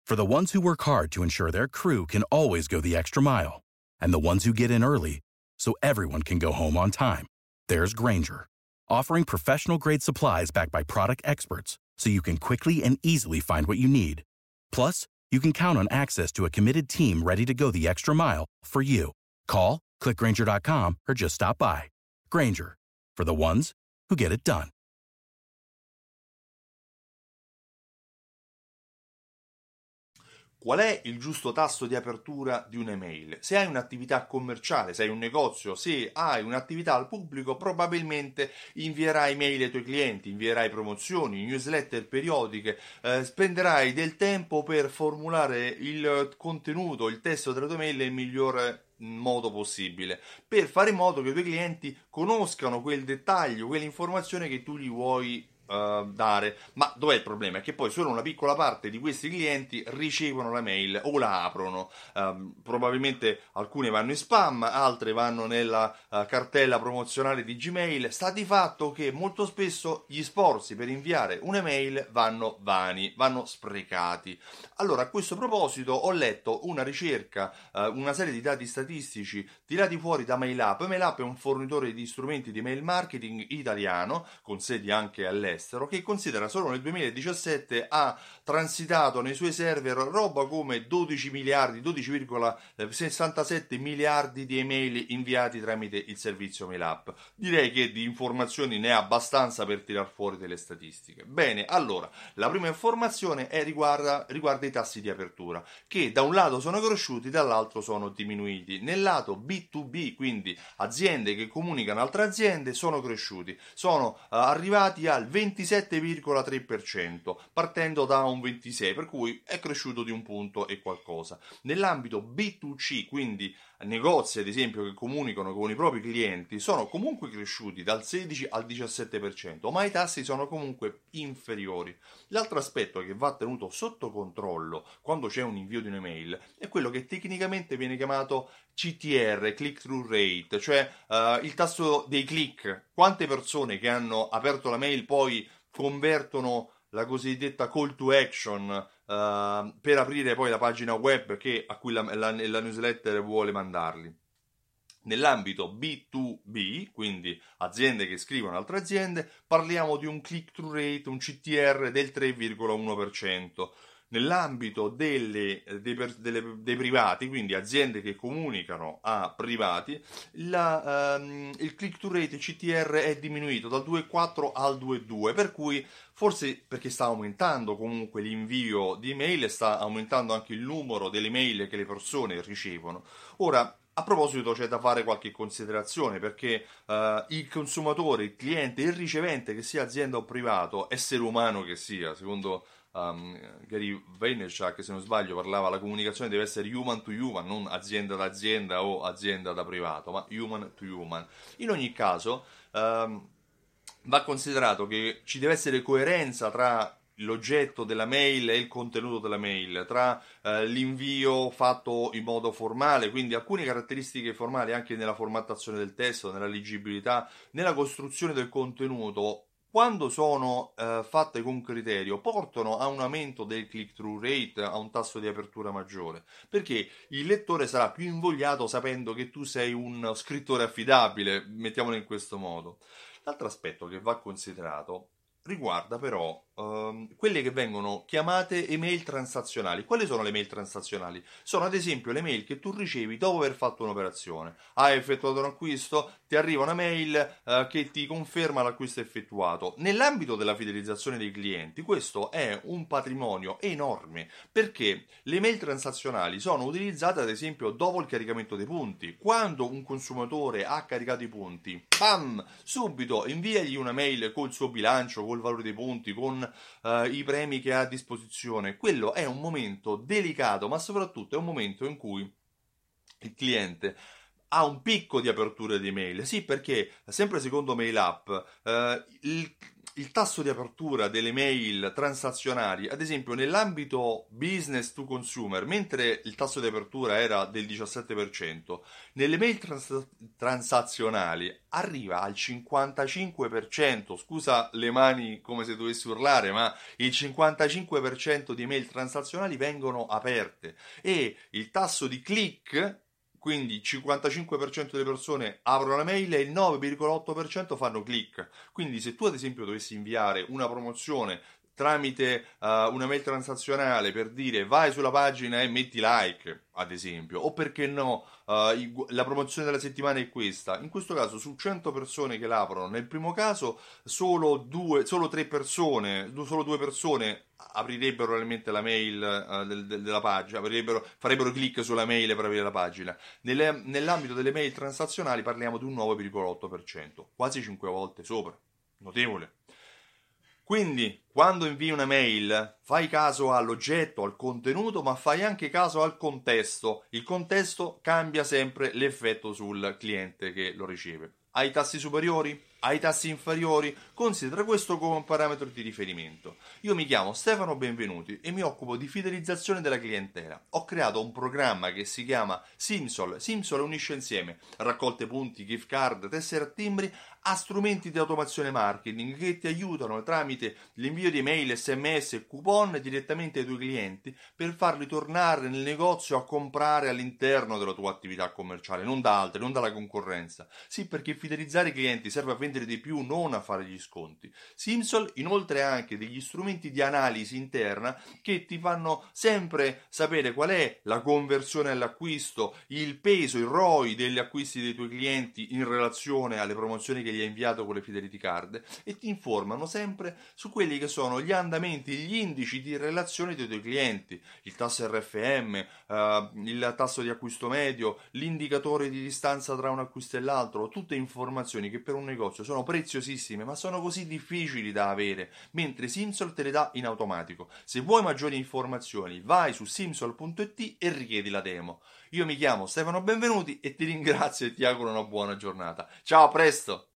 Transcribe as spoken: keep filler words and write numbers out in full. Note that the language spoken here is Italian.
For the ones who work hard to ensure their crew can always go the extra mile, and the ones who get in early so everyone can go home on time, there's Grainger, offering professional-grade supplies backed by product experts so you can quickly and easily find what you need. Plus, you can count on access to a committed team ready to go the extra mile for you. Call, click Grainger dot com, or just stop by. Grainger, for the ones who get it done. Qual è il giusto tasso di apertura di un'email? Se hai un'attività commerciale, se hai un negozio, se hai un'attività al pubblico, probabilmente invierai mail ai tuoi clienti, invierai promozioni, newsletter periodiche, eh, spenderai del tempo per formulare il contenuto, il testo della tua mail nel migliore modo possibile, per fare in modo che i tuoi clienti conoscano quel dettaglio, quell'informazione che tu gli vuoi Uh, dare. Ma dov'è il problema? È che poi solo una piccola parte di questi clienti ricevono la mail o la aprono. Uh, probabilmente alcune vanno in spam, altre vanno nella uh, cartella promozionale di Gmail. Sta di fatto che molto spesso gli sforzi per inviare un'email vanno vani, vanno sprecati. Allora, a questo proposito ho letto una ricerca, uh, una serie di dati statistici tirati fuori da MailUp. MailUp è un fornitore di strumenti di mail marketing italiano, con sedi anche all'estero, che considera solo nel duemiladiciassette ha transitato nei suoi server roba come dodici miliardi, dodici virgola sessantasette miliardi di email inviati tramite il servizio MailUp. Direi che di informazioni ne ha abbastanza per tirar fuori delle statistiche. Bene, allora, la prima informazione è riguarda, riguarda i tassi di apertura, che da un lato sono cresciuti, dall'altro sono diminuiti. Nel lato B due B, quindi aziende che comunicano altre aziende, sono cresciuti, sono uh, arrivati al ventisette virgola tre per cento, partendo da un ventisei, per cui è cresciuto di un punto e qualcosa. Nell'ambito B due C, quindi negozi ad esempio che comunicano con i propri clienti, sono comunque cresciuti dal sedici al diciassette per cento, ma i tassi sono comunque inferiori. L'altro aspetto che va tenuto sotto controllo quando c'è un invio di un'email è quello che tecnicamente viene chiamato C T R, click-through rate, cioè uh, il tasso dei click. Quante persone che hanno aperto la mail poi convertono la cosiddetta call to action uh, per aprire poi la pagina web che, a cui la, la, la newsletter vuole mandarli. Nell'ambito B due B, quindi aziende che scrivono ad altre aziende, parliamo di un click-through rate, un C T R del tre virgola uno per cento. Nell'ambito delle, dei, delle, dei privati, quindi aziende che comunicano a privati, la, um, il click-through rate C T R è diminuito dal due virgola quattro al due virgola due, per cui forse perché sta aumentando comunque l'invio di email e sta aumentando anche il numero delle mail che le persone ricevono. Ora, a proposito c'è da fare qualche considerazione, perché uh, il consumatore, il cliente, il ricevente, che sia azienda o privato, essere umano che sia, secondo um, Gary Vaynerchuk, se non sbaglio, parlava la comunicazione deve essere human to human, non azienda da azienda o azienda da privato, ma human to human. In ogni caso um, va considerato che ci deve essere coerenza tra l'oggetto della mail e il contenuto della mail, tra eh, l'invio fatto in modo formale, quindi alcune caratteristiche formali anche nella formattazione del testo, nella leggibilità, nella costruzione del contenuto, quando sono eh, fatte con criterio, portano a un aumento del click-through rate, a un tasso di apertura maggiore, perché il lettore sarà più invogliato sapendo che tu sei un scrittore affidabile, mettiamolo in questo modo. L'altro aspetto che va considerato riguarda però um, quelle che vengono chiamate email transazionali. Quali sono le mail transazionali? Sono ad esempio le mail che tu ricevi dopo aver fatto un'operazione. Hai effettuato un acquisto, ti arriva una mail uh, che ti conferma l'acquisto effettuato. Nell'ambito della fidelizzazione dei clienti questo è un patrimonio enorme, perché le mail transazionali sono utilizzate ad esempio dopo il caricamento dei punti. Quando un consumatore ha caricato i punti, bam, subito inviagli una mail col suo bilancio, col valore dei punti, con uh, i premi che ha a disposizione. Quello è un momento delicato, ma soprattutto è un momento in cui il cliente ha un picco di apertura di mail. Sì, perché sempre secondo MailUp uh, il il tasso di apertura delle mail transazionali, ad esempio nell'ambito business to consumer, mentre il tasso di apertura era del diciassette per cento, nelle mail trans- transazionali arriva al cinquantacinque per cento. Scusa le mani come se dovessi urlare, ma il cinquantacinque per cento di mail transazionali vengono aperte e il tasso di click, quindi il cinquantacinque per cento delle persone aprono la mail e il nove virgola otto per cento fanno click. Quindi se tu ad esempio dovessi inviare una promozione tramite uh, una mail transazionale per dire vai sulla pagina e metti like, ad esempio, o perché no, uh, la promozione della settimana è questa, in questo caso su cento persone che l'aprono, nel primo caso solo due, solo tre persone, solo due persone aprirebbero probabilmente la mail uh, del, del, della pagina, aprirebbero, farebbero click sulla mail per aprire la pagina. Nelle, nell'ambito delle mail transazionali parliamo di un nove virgola otto per cento, quasi cinque volte sopra, notevole. Quindi, quando invii una mail, fai caso all'oggetto, al contenuto, ma fai anche caso al contesto. Il contesto cambia sempre l'effetto sul cliente che lo riceve. Hai tassi superiori? Hai tassi inferiori? Considera questo come un parametro di riferimento. Io mi chiamo Stefano Benvenuti e mi occupo di fidelizzazione della clientela. Ho creato un programma che si chiama Simsol. Simsol unisce insieme raccolte punti, gift card, tessere a timbri a strumenti di automazione marketing che ti aiutano tramite l'invio di email, sms e coupon direttamente ai tuoi clienti per farli tornare nel negozio a comprare all'interno della tua attività commerciale, non da altri, non dalla concorrenza. Sì, perché fidelizzare i clienti serve a vendere di più, non a fare gli sconti. Simsol inoltre ha anche degli strumenti di analisi interna che ti fanno sempre sapere qual è la conversione all'acquisto, il peso, il R O I degli acquisti dei tuoi clienti in relazione alle promozioni che gli hai inviato con le Fidelity Card e ti informano sempre su quelli che sono gli andamenti, gli indici di relazione dei tuoi clienti, il tasso R F M, eh, il tasso di acquisto medio, l'indicatore di distanza tra un acquisto e l'altro, tutte informazioni che per un negozio sono preziosissime ma sono così difficili da avere, mentre Simsol te le dà in automatico. Se vuoi maggiori informazioni vai su simsol punto it e richiedi la demo. Io mi chiamo Stefano Benvenuti e ti ringrazio e ti auguro una buona giornata. Ciao, a presto!